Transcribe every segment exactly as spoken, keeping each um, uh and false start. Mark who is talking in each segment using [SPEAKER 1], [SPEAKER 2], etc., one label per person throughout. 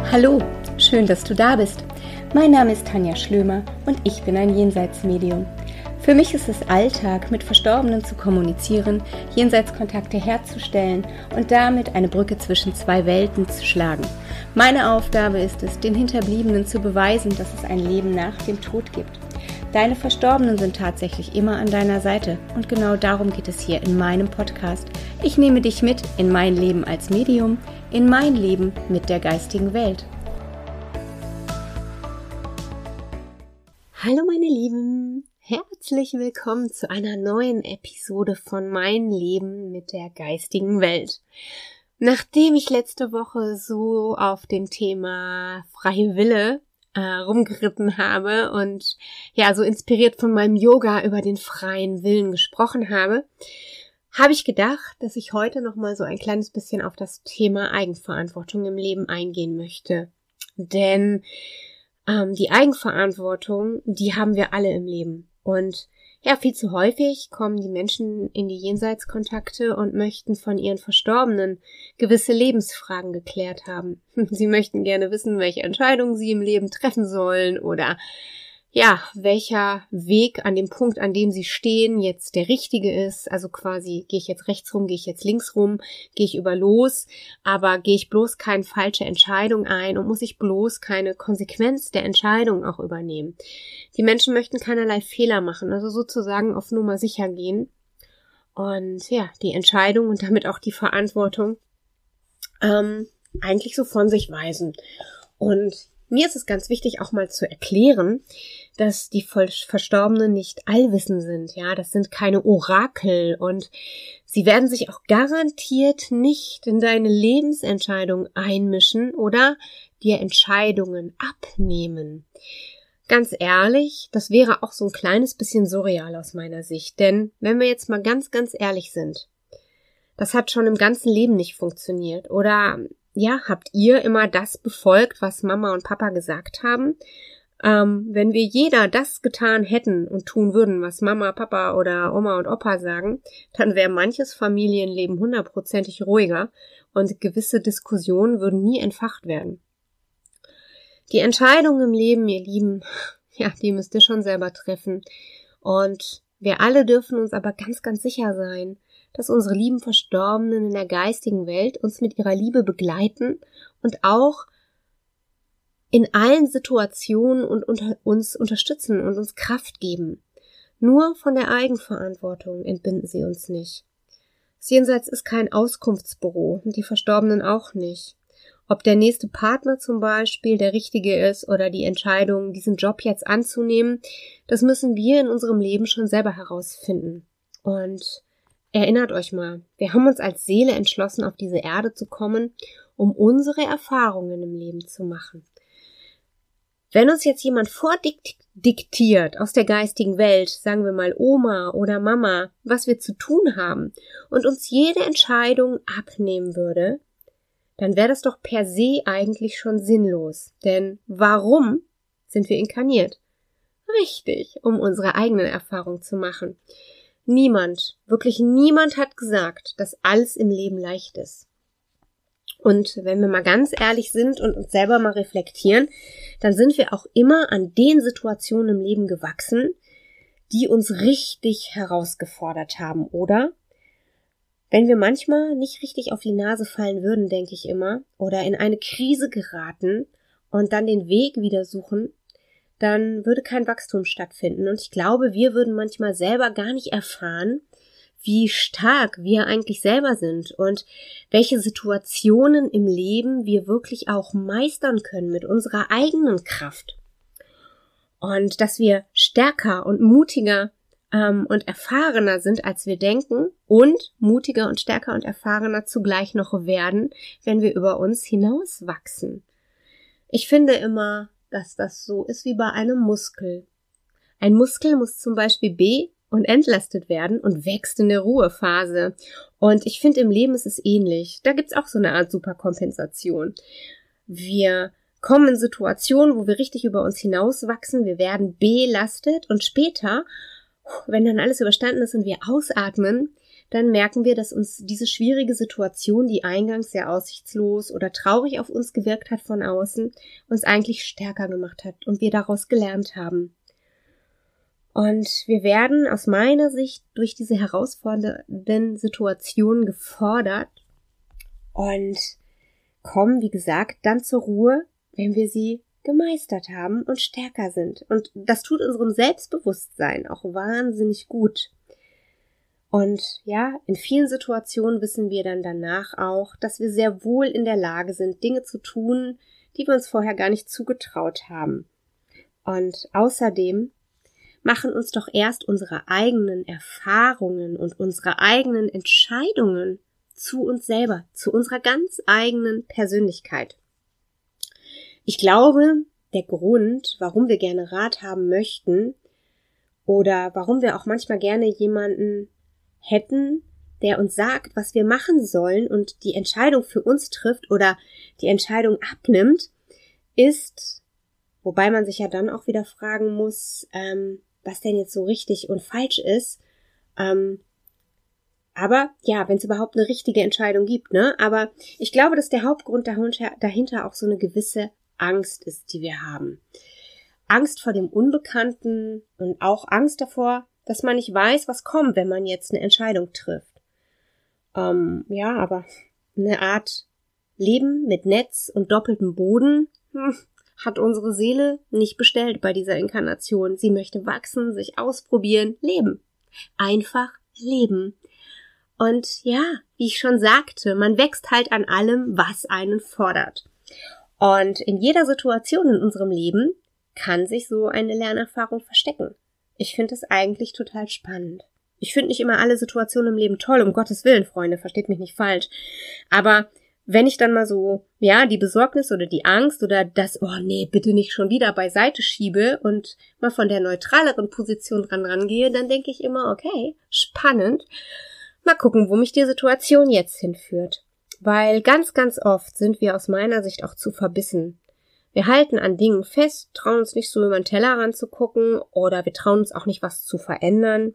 [SPEAKER 1] Hallo, schön, dass du da bist. Mein Name ist Tanja Schlömer und ich bin ein Jenseitsmedium. Für mich ist es Alltag, mit Verstorbenen zu kommunizieren, Jenseitskontakte herzustellen und damit eine Brücke zwischen zwei Welten zu schlagen. Meine Aufgabe ist es, den Hinterbliebenen zu beweisen, dass es ein Leben nach dem Tod gibt. Deine Verstorbenen sind tatsächlich immer an deiner Seite und genau darum geht es hier in meinem Podcast. Ich nehme dich mit in mein Leben als Medium, in mein Leben mit der geistigen Welt.
[SPEAKER 2] Hallo meine Lieben, herzlich willkommen zu einer neuen Episode von Mein Leben mit der geistigen Welt. Nachdem ich letzte Woche so auf dem Thema freie Wille äh, rumgeritten habe und ja so inspiriert von meinem Yoga über den freien Willen gesprochen habe, habe ich gedacht, dass ich heute nochmal so ein kleines bisschen auf das Thema Eigenverantwortung im Leben eingehen möchte. Denn ähm, die Eigenverantwortung, die haben wir alle im Leben. Und ja, viel zu häufig kommen die Menschen in die Jenseitskontakte und möchten von ihren Verstorbenen gewisse Lebensfragen geklärt haben. Sie möchten gerne wissen, welche Entscheidungen sie im Leben treffen sollen oder ja, welcher Weg an dem Punkt, an dem sie stehen, jetzt der richtige ist. Also quasi, gehe ich jetzt rechts rum, gehe ich jetzt links rum, gehe ich über los, aber gehe ich bloß keine falsche Entscheidung ein und muss ich bloß keine Konsequenz der Entscheidung auch übernehmen. Die Menschen möchten keinerlei Fehler machen, also sozusagen auf Nummer sicher gehen und ja, die Entscheidung und damit auch die Verantwortung ähm, eigentlich so von sich weisen. Und mir ist es ganz wichtig, auch mal zu erklären, dass die Verstorbenen nicht allwissend sind. Ja, das sind keine Orakel und sie werden sich auch garantiert nicht in deine Lebensentscheidung einmischen oder dir Entscheidungen abnehmen. Ganz ehrlich, das wäre auch so ein kleines bisschen surreal aus meiner Sicht. Denn wenn wir jetzt mal ganz, ganz ehrlich sind, das hat schon im ganzen Leben nicht funktioniert. Oder ja, habt ihr immer das befolgt, was Mama und Papa gesagt haben? Ähm, wenn wir jeder das getan hätten und tun würden, was Mama, Papa oder Oma und Opa sagen, dann wäre manches Familienleben hundertprozentig ruhiger und gewisse Diskussionen würden nie entfacht werden. Die Entscheidungen im Leben, ihr Lieben, ja, die müsst ihr schon selber treffen. Und wir alle dürfen uns aber ganz, ganz sicher sein, dass unsere lieben Verstorbenen in der geistigen Welt uns mit ihrer Liebe begleiten und auch in allen Situationen und unter uns unterstützen und uns Kraft geben. Nur von der Eigenverantwortung entbinden sie uns nicht. Das Jenseits ist kein Auskunftsbüro und die Verstorbenen auch nicht. Ob der nächste Partner zum Beispiel der richtige ist oder die Entscheidung, diesen Job jetzt anzunehmen, das müssen wir in unserem Leben schon selber herausfinden. Und erinnert euch mal, wir haben uns als Seele entschlossen, auf diese Erde zu kommen, um unsere Erfahrungen im Leben zu machen. Wenn uns jetzt jemand vordiktiert aus der geistigen Welt, sagen wir mal Oma oder Mama, was wir zu tun haben und uns jede Entscheidung abnehmen würde, dann wäre das doch per se eigentlich schon sinnlos. Denn warum sind wir inkarniert? Richtig, um unsere eigenen Erfahrungen zu machen. Niemand, wirklich niemand hat gesagt, dass alles im Leben leicht ist. Und wenn wir mal ganz ehrlich sind und uns selber mal reflektieren, dann sind wir auch immer an den Situationen im Leben gewachsen, die uns richtig herausgefordert haben, oder? Wenn wir manchmal nicht richtig auf die Nase fallen würden, denke ich immer, oder in eine Krise geraten und dann den Weg wieder suchen, dann würde kein Wachstum stattfinden. Und ich glaube, wir würden manchmal selber gar nicht erfahren, wie stark wir eigentlich selber sind und welche Situationen im Leben wir wirklich auch meistern können mit unserer eigenen Kraft. Und dass wir stärker und mutiger ähm, und erfahrener sind, als wir denken und mutiger und stärker und erfahrener zugleich noch werden, wenn wir über uns hinaus wachsen. Ich finde immer, dass das so ist wie bei einem Muskel. Ein Muskel muss zum Beispiel be- und entlastet werden und wächst in der Ruhephase. Und ich finde, im Leben ist es ähnlich. Da gibt's auch so eine Art Superkompensation. Wir kommen in Situationen, wo wir richtig über uns hinauswachsen, wir werden belastet und später, wenn dann alles überstanden ist und wir ausatmen, dann merken wir, dass uns diese schwierige Situation, die eingangs sehr aussichtslos oder traurig auf uns gewirkt hat von außen, uns eigentlich stärker gemacht hat und wir daraus gelernt haben. Und wir werden aus meiner Sicht durch diese herausfordernden Situationen gefordert und kommen, wie gesagt, dann zur Ruhe, wenn wir sie gemeistert haben und stärker sind. Und das tut unserem Selbstbewusstsein auch wahnsinnig gut. Und ja, in vielen Situationen wissen wir dann danach auch, dass wir sehr wohl in der Lage sind, Dinge zu tun, die wir uns vorher gar nicht zugetraut haben. Und außerdem machen uns doch erst unsere eigenen Erfahrungen und unsere eigenen Entscheidungen zu uns selber, zu unserer ganz eigenen Persönlichkeit. Ich glaube, der Grund, warum wir gerne Rat haben möchten oder warum wir auch manchmal gerne jemanden hätten, der uns sagt, was wir machen sollen und die Entscheidung für uns trifft oder die Entscheidung abnimmt, ist, wobei man sich ja dann auch wieder fragen muss, ähm, was denn jetzt so richtig und falsch ist. Ähm, aber ja, wenn es überhaupt eine richtige Entscheidung gibt, ne? Aber ich glaube, dass der Hauptgrund dahinter, dahinter auch so eine gewisse Angst ist, die wir haben. Angst vor dem Unbekannten und auch Angst davor, dass man nicht weiß, was kommt, wenn man jetzt eine Entscheidung trifft. Ähm, ja, aber eine Art Leben mit Netz und doppeltem Boden, hm, hat unsere Seele nicht bestellt bei dieser Inkarnation. Sie möchte wachsen, sich ausprobieren, leben. Einfach leben. Und ja, wie ich schon sagte, man wächst halt an allem, was einen fordert. Und in jeder Situation in unserem Leben kann sich so eine Lernerfahrung verstecken. Ich finde es eigentlich total spannend. Ich finde nicht immer alle Situationen im Leben toll, um Gottes Willen, Freunde, versteht mich nicht falsch. Aber wenn ich dann mal so, ja, die Besorgnis oder die Angst oder das, oh nee, bitte nicht schon wieder beiseite schiebe und mal von der neutraleren Position dran rangehe, dann denke ich immer, okay, spannend. Mal gucken, wo mich die Situation jetzt hinführt. Weil ganz, ganz oft sind wir aus meiner Sicht auch zu verbissen. Wir halten an Dingen fest, trauen uns nicht so über den Tellerrand zu gucken oder wir trauen uns auch nicht, was zu verändern.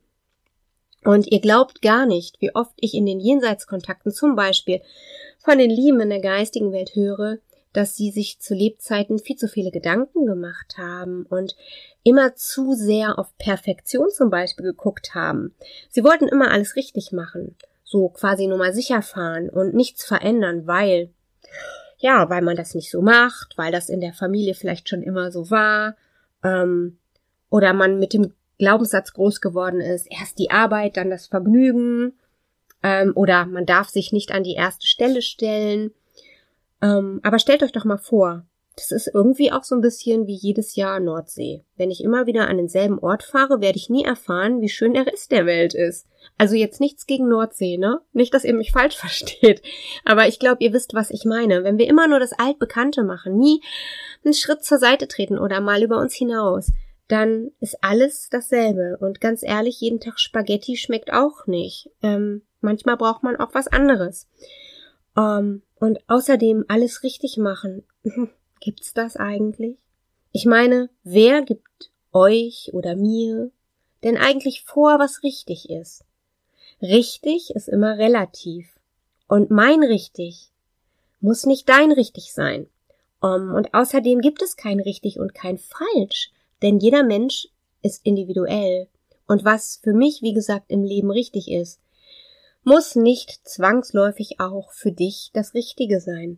[SPEAKER 2] Und ihr glaubt gar nicht, wie oft ich in den Jenseitskontakten zum Beispiel von den Lieben in der geistigen Welt höre, dass sie sich zu Lebzeiten viel zu viele Gedanken gemacht haben und immer zu sehr auf Perfektion zum Beispiel geguckt haben. Sie wollten immer alles richtig machen, so quasi nur mal sicher fahren und nichts verändern, weil, ja, weil man das nicht so macht, weil das in der Familie vielleicht schon immer so war, ähm, oder man mit dem Glaubenssatz groß geworden ist, erst die Arbeit, dann das Vergnügen, ähm, oder man darf sich nicht an die erste Stelle stellen. Ähm, aber stellt euch doch mal vor, das ist irgendwie auch so ein bisschen wie jedes Jahr Nordsee. Wenn ich immer wieder an denselben Ort fahre, werde ich nie erfahren, wie schön der Rest der Welt ist. Also jetzt nichts gegen Nordsee, ne? Nicht, dass ihr mich falsch versteht. Aber ich glaube, ihr wisst, was ich meine. Wenn wir immer nur das Altbekannte machen, nie einen Schritt zur Seite treten oder mal über uns hinaus, dann ist alles dasselbe. Und ganz ehrlich, jeden Tag Spaghetti schmeckt auch nicht. Ähm, manchmal braucht man auch was anderes. Ähm, und außerdem alles richtig machen. Gibt's das eigentlich? Ich meine, wer gibt euch oder mir denn eigentlich vor, was richtig ist? Richtig ist immer relativ. Und mein richtig muss nicht dein richtig sein. Um, und außerdem gibt es kein richtig und kein falsch. Denn jeder Mensch ist individuell. Und was für mich, wie gesagt, im Leben richtig ist, muss nicht zwangsläufig auch für dich das Richtige sein.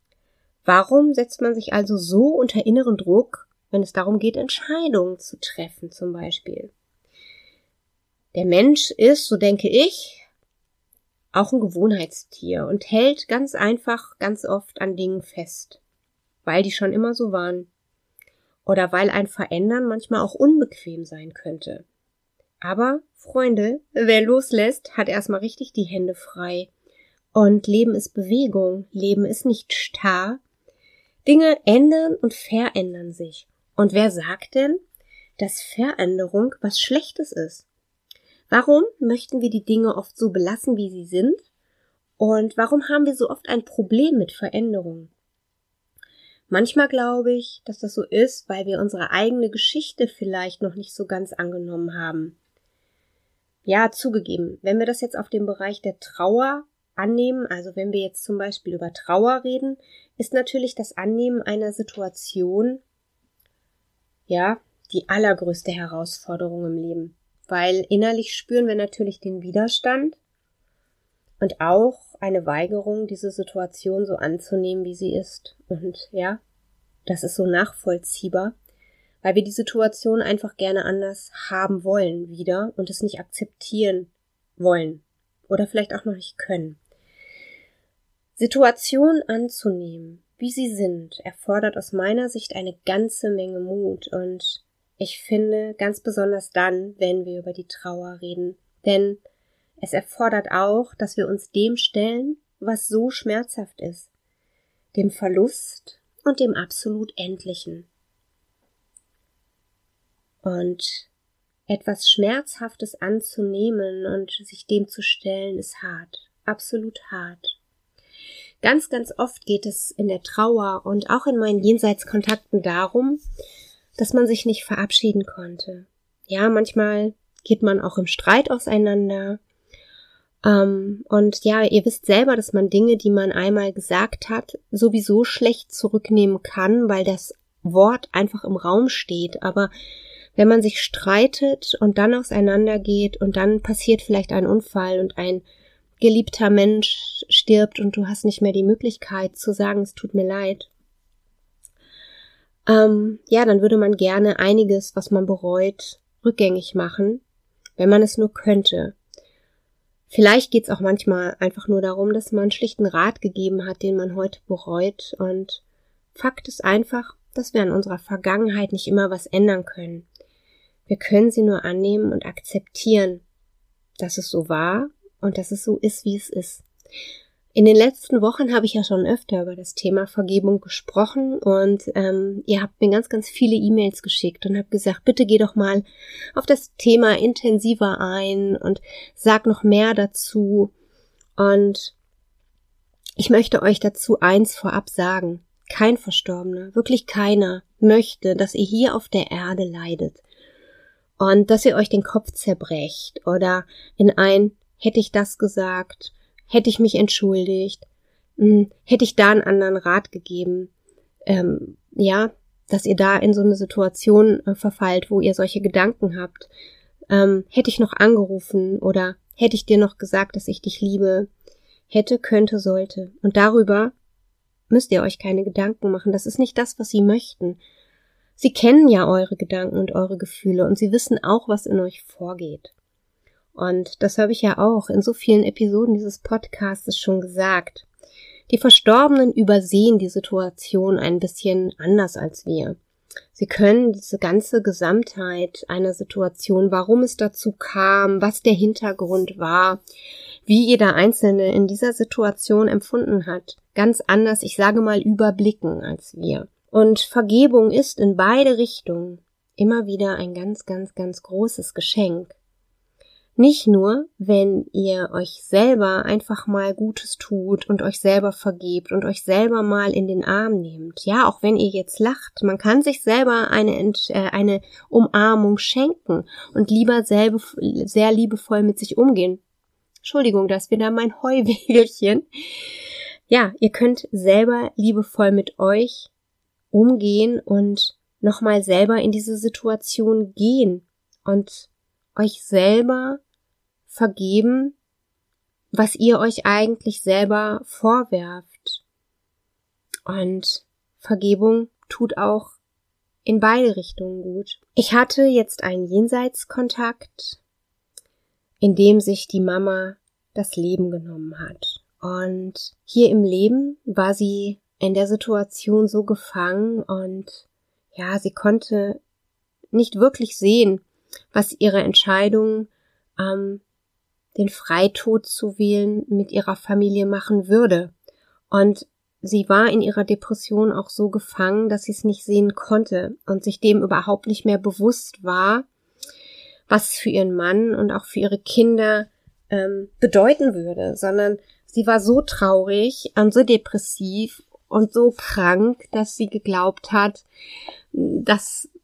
[SPEAKER 2] Warum setzt man sich also so unter inneren Druck, wenn es darum geht, Entscheidungen zu treffen zum Beispiel? Der Mensch ist, so denke ich, auch ein Gewohnheitstier und hält ganz einfach, ganz oft an Dingen fest, weil die schon immer so waren. Oder weil ein Verändern manchmal auch unbequem sein könnte. Aber, Freunde, wer loslässt, hat erstmal richtig die Hände frei. Und Leben ist Bewegung, Leben ist nicht starr. Dinge ändern und verändern sich. Und wer sagt denn, dass Veränderung was Schlechtes ist? Warum möchten wir die Dinge oft so belassen, wie sie sind? Und warum haben wir so oft ein Problem mit Veränderung? Manchmal glaube ich, dass das so ist, weil wir unsere eigene Geschichte vielleicht noch nicht so ganz angenommen haben. ja, zugegeben, wenn wir das jetzt auf den Bereich der Trauer annehmen, also wenn wir jetzt zum Beispiel über Trauer reden, ist natürlich das Annehmen einer Situation, ja, die allergrößte Herausforderung im Leben. Weil innerlich spüren wir natürlich den Widerstand und auch eine Weigerung, diese Situation so anzunehmen, wie sie ist. Und ja, das ist so nachvollziehbar, weil wir die Situation einfach gerne anders haben wollen wieder und es nicht akzeptieren wollen oder vielleicht auch noch nicht können. Situationen anzunehmen, wie sie sind, erfordert aus meiner Sicht eine ganze Menge Mut und ich finde ganz besonders dann, wenn wir über die Trauer reden, denn es erfordert auch, dass wir uns dem stellen, was so schmerzhaft ist, dem Verlust und dem absolut Endlichen. Und etwas Schmerzhaftes anzunehmen und sich dem zu stellen, ist hart, absolut hart. Ganz, ganz oft geht es in der Trauer und auch in meinen Jenseitskontakten darum, dass man sich nicht verabschieden konnte. Ja, manchmal geht man auch im Streit auseinander. Ähm, und ja, ihr wisst selber, dass man Dinge, die man einmal gesagt hat, sowieso schlecht zurücknehmen kann, weil das Wort einfach im Raum steht. Aber wenn man sich streitet und dann auseinandergeht und dann passiert vielleicht ein Unfall und ein geliebter Mensch stirbt und du hast nicht mehr die Möglichkeit zu sagen, es tut mir leid, ähm, ja, dann würde man gerne einiges, was man bereut, rückgängig machen, wenn man es nur könnte. Vielleicht geht's auch manchmal einfach nur darum, dass man schlicht einen Rat gegeben hat, den man heute bereut und Fakt ist einfach, dass wir an unserer Vergangenheit nicht immer was ändern können. Wir können sie nur annehmen und akzeptieren, dass es so war und dass es so ist, wie es ist. In den letzten Wochen habe ich ja schon öfter über das Thema Vergebung gesprochen und ähm, ihr habt mir ganz, ganz viele E-Mails geschickt und habt gesagt, bitte geh doch mal auf das Thema intensiver ein und sag noch mehr dazu. Und ich möchte euch dazu eins vorab sagen. Kein Verstorbener, wirklich keiner möchte, dass ihr hier auf der Erde leidet und dass ihr euch den Kopf zerbrecht oder in ein, hätte ich das gesagt, hätte ich mich entschuldigt, hätte ich da einen anderen Rat gegeben, ähm, ja, dass ihr da in so eine Situation äh, verfallt, wo ihr solche Gedanken habt, ähm, hätte ich noch angerufen oder hätte ich dir noch gesagt, dass ich dich liebe, hätte, könnte, sollte. Und darüber müsst ihr euch keine Gedanken machen. Das ist nicht das, was sie möchten. Sie kennen ja eure Gedanken und eure Gefühle und sie wissen auch, was in euch vorgeht. Und das habe ich ja auch in so vielen Episoden dieses Podcasts schon gesagt. Die Verstorbenen übersehen die Situation ein bisschen anders als wir. Sie können diese ganze Gesamtheit einer Situation, warum es dazu kam, was der Hintergrund war, wie jeder Einzelne in dieser Situation empfunden hat, ganz anders, ich sage mal, überblicken als wir. Und Vergebung ist in beide Richtungen immer wieder ein ganz, ganz, ganz großes Geschenk. Nicht nur, wenn ihr euch selber einfach mal Gutes tut und euch selber vergebt und euch selber mal in den Arm nehmt. Ja, auch wenn ihr jetzt lacht, man kann sich selber eine, äh, eine Umarmung schenken und lieber selber, sehr liebevoll mit sich umgehen. Entschuldigung, das ist wieder mein Heuwegelchen. Ja, ihr könnt selber liebevoll mit euch umgehen und nochmal selber in diese Situation gehen und euch selber vergeben, was ihr euch eigentlich selber vorwerft. Und Vergebung tut auch in beide Richtungen gut. Ich hatte jetzt einen Jenseitskontakt, in dem sich die Mama das Leben genommen hat. Und hier im Leben war sie in der Situation so gefangen und ja, sie konnte nicht wirklich sehen, was ihre Entscheidung, ähm, den Freitod zu wählen, mit ihrer Familie machen würde. Und sie war in ihrer Depression auch so gefangen, dass sie es nicht sehen konnte und sich dem überhaupt nicht mehr bewusst war, was es für ihren Mann und auch für ihre Kinder ähm, bedeuten würde, sondern sie war so traurig und so depressiv und so krank, dass sie geglaubt hat, dass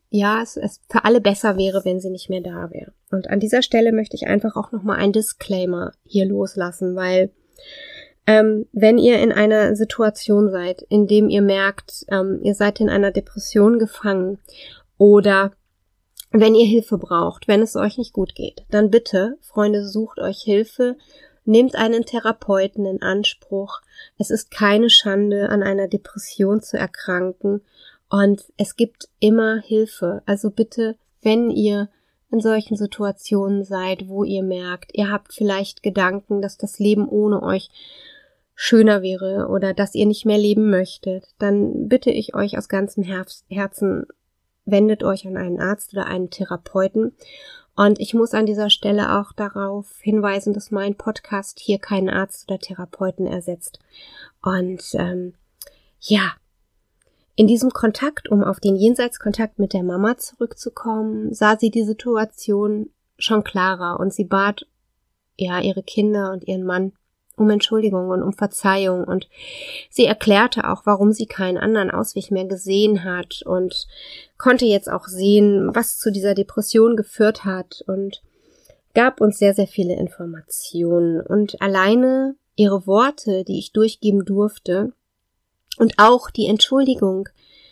[SPEAKER 2] ja, es, es für alle besser wäre, wenn sie nicht mehr da wäre. Und an dieser Stelle möchte ich einfach auch nochmal einen Disclaimer hier loslassen, weil ähm, wenn ihr in einer Situation seid, in dem ihr merkt, ähm, ihr seid in einer Depression gefangen oder wenn ihr Hilfe braucht, wenn es euch nicht gut geht, dann bitte, Freunde, sucht euch Hilfe, nehmt einen Therapeuten in Anspruch. Es ist keine Schande, an einer Depression zu erkranken und es gibt immer Hilfe. Also bitte, wenn ihr in solchen Situationen seid, wo ihr merkt, ihr habt vielleicht Gedanken, dass das Leben ohne euch schöner wäre oder dass ihr nicht mehr leben möchtet, dann bitte ich euch aus ganzem Herzen, wendet euch an einen Arzt oder einen Therapeuten. Und ich muss an dieser Stelle auch darauf hinweisen, dass mein Podcast hier keinen Arzt oder Therapeuten ersetzt. Und ähm, ja, in diesem Kontakt, um auf den Jenseitskontakt mit der Mama zurückzukommen, sah sie die Situation schon klarer und sie bat ja ihre Kinder und ihren Mann um Entschuldigung und um Verzeihung und sie erklärte auch, warum sie keinen anderen Ausweg mehr gesehen hat und konnte jetzt auch sehen, was zu dieser Depression geführt hat und gab uns sehr, sehr viele Informationen und alleine ihre Worte, die ich durchgeben durfte und auch die Entschuldigung,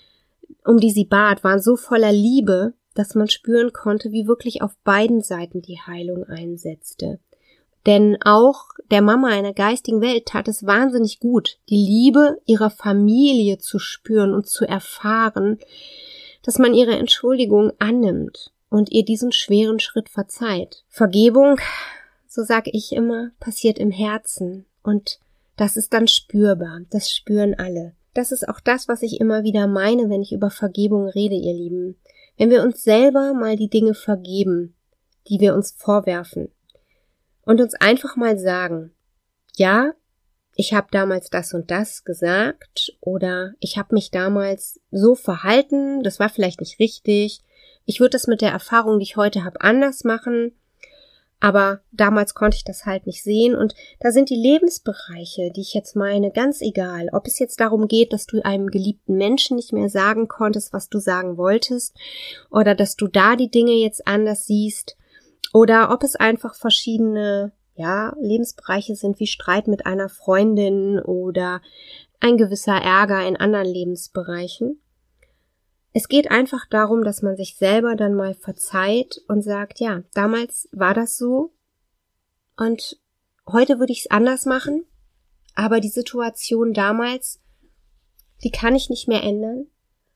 [SPEAKER 2] um die sie bat, waren so voller Liebe, dass man spüren konnte, wie wirklich auf beiden Seiten die Heilung einsetzte. Denn auch der Mama einer geistigen Welt tat es wahnsinnig gut, die Liebe ihrer Familie zu spüren und zu erfahren, dass man ihre Entschuldigung annimmt und ihr diesen schweren Schritt verzeiht. Vergebung, so sage ich immer, passiert im Herzen und das ist dann spürbar, das spüren alle. Das ist auch das, was ich immer wieder meine, wenn ich über Vergebung rede, ihr Lieben. Wenn wir uns selber mal die Dinge vergeben, die wir uns vorwerfen, und uns einfach mal sagen, ja, ich habe damals das und das gesagt oder ich habe mich damals so verhalten, das war vielleicht nicht richtig, ich würde das mit der Erfahrung, die ich heute habe, anders machen, aber damals konnte ich das halt nicht sehen und da sind die Lebensbereiche, die ich jetzt meine, ganz egal, ob es jetzt darum geht, dass du einem geliebten Menschen nicht mehr sagen konntest, was du sagen wolltest oder dass du da die Dinge jetzt anders siehst, oder ob es einfach verschiedene, ja, Lebensbereiche sind wie Streit mit einer Freundin oder ein gewisser Ärger in anderen Lebensbereichen. Es geht einfach darum, dass man sich selber dann mal verzeiht und sagt, ja, damals war das so und heute würde ich es anders machen, aber die Situation damals, die kann ich nicht mehr ändern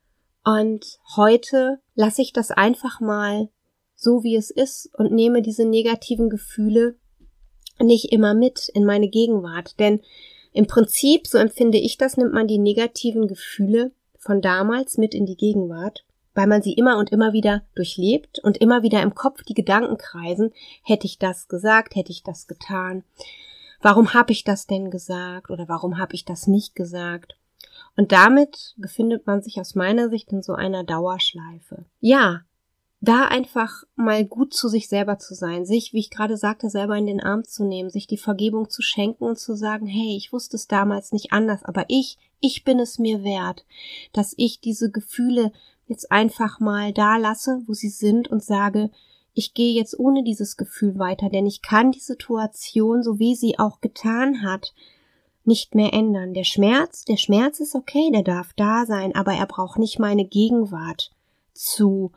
[SPEAKER 2] und heute lasse ich das einfach mal so wie es ist und nehme diese negativen Gefühle nicht immer mit in meine Gegenwart. Denn im Prinzip, so empfinde ich das, nimmt man die negativen Gefühle von damals mit in die Gegenwart, weil man sie immer und immer wieder durchlebt und immer wieder im Kopf die Gedanken kreisen, hätte ich das gesagt, hätte ich das getan, warum habe ich das denn gesagt oder warum habe ich das nicht gesagt? Und damit befindet man sich aus meiner Sicht in so einer Dauerschleife. Ja, da einfach mal gut zu sich selber zu sein, sich, wie ich gerade sagte, selber in den Arm zu nehmen, sich die Vergebung zu schenken und zu sagen, hey, ich wusste es damals nicht anders, aber ich, ich bin es mir wert, dass ich diese Gefühle jetzt einfach mal da lasse, wo sie sind und sage, ich gehe jetzt ohne dieses Gefühl weiter, denn ich kann die Situation, so wie sie auch getan hat, nicht mehr ändern. Der Schmerz, der Schmerz ist okay, der darf da sein, aber er braucht nicht meine Gegenwart zu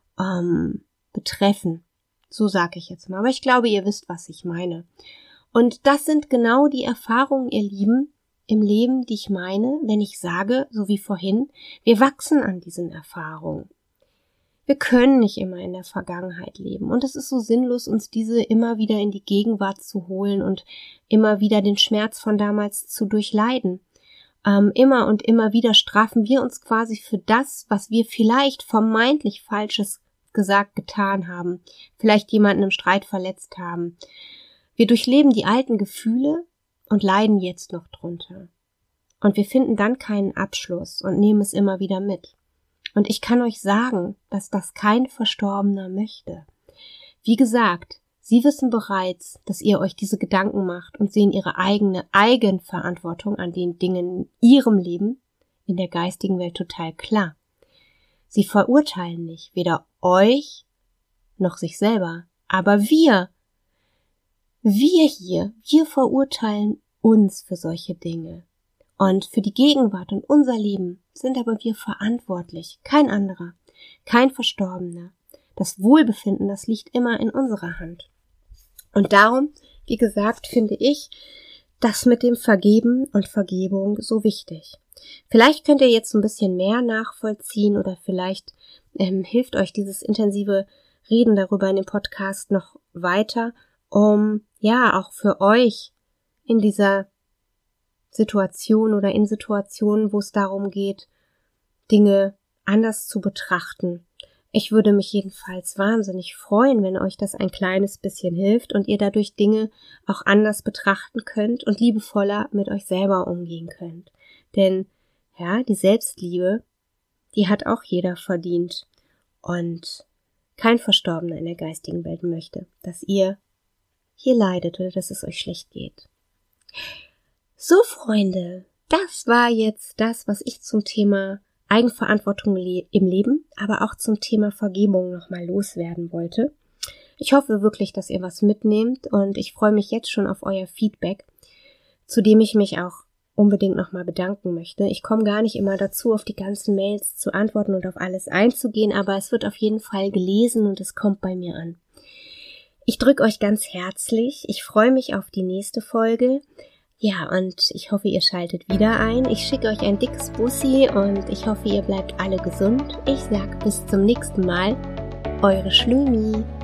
[SPEAKER 2] Ähm, betreffen. So sage ich jetzt mal. Aber ich glaube, ihr wisst, was ich meine. Und das sind genau die Erfahrungen, ihr Lieben, im Leben, die ich meine, wenn ich sage, so wie vorhin, wir wachsen an diesen Erfahrungen. Wir können nicht immer in der Vergangenheit leben. Und es ist so sinnlos, uns diese immer wieder in die Gegenwart zu holen und immer wieder den Schmerz von damals zu durchleiden. Ähm, immer und immer wieder strafen wir uns quasi für das, was wir vielleicht vermeintlich Falsches gesagt, getan haben, vielleicht jemanden im Streit verletzt haben. Wir durchleben die alten Gefühle und leiden jetzt noch drunter. Und wir finden dann keinen Abschluss und nehmen es immer wieder mit. Und ich kann euch sagen, dass das kein Verstorbener möchte. Wie gesagt, sie wissen bereits, dass ihr euch diese Gedanken macht und sehen ihre eigene Eigenverantwortung an den Dingen in ihrem Leben in der geistigen Welt total klar. Sie verurteilen nicht, weder euch noch sich selber. Aber wir, wir hier, wir verurteilen uns für solche Dinge. Und für die Gegenwart und unser Leben sind aber wir verantwortlich, kein anderer, kein Verstorbener. Das Wohlbefinden, das liegt immer in unserer Hand. Und darum, wie gesagt, finde ich das mit dem Vergeben und Vergebung so wichtig. Vielleicht könnt ihr jetzt ein bisschen mehr nachvollziehen oder vielleicht ähm, hilft euch dieses intensive Reden darüber in dem Podcast noch weiter, um ja auch für euch in dieser Situation oder in Situationen, wo es darum geht, Dinge anders zu betrachten. Ich würde mich jedenfalls wahnsinnig freuen, wenn euch das ein kleines bisschen hilft und ihr dadurch Dinge auch anders betrachten könnt und liebevoller mit euch selber umgehen könnt. Denn ja, die Selbstliebe, die hat auch jeder verdient und kein Verstorbener in der geistigen Welt möchte, dass ihr hier leidet oder dass es euch schlecht geht. So, Freunde, das war jetzt das, was ich zum Thema Eigenverantwortung le- im Leben, aber auch zum Thema Vergebung nochmal loswerden wollte. Ich hoffe wirklich, dass ihr was mitnehmt und ich freue mich jetzt schon auf euer Feedback, zu dem ich mich auch unbedingt nochmal bedanken möchte. Ich komme gar nicht immer dazu, auf die ganzen Mails zu antworten und auf alles einzugehen, aber es wird auf jeden Fall gelesen und es kommt bei mir an. Ich drücke euch ganz herzlich. Ich freue mich auf die nächste Folge. Ja, und ich hoffe, ihr schaltet wieder ein. Ich schicke euch ein dickes Bussi und ich hoffe, ihr bleibt alle gesund. Ich sag bis zum nächsten Mal. Eure Schlümi.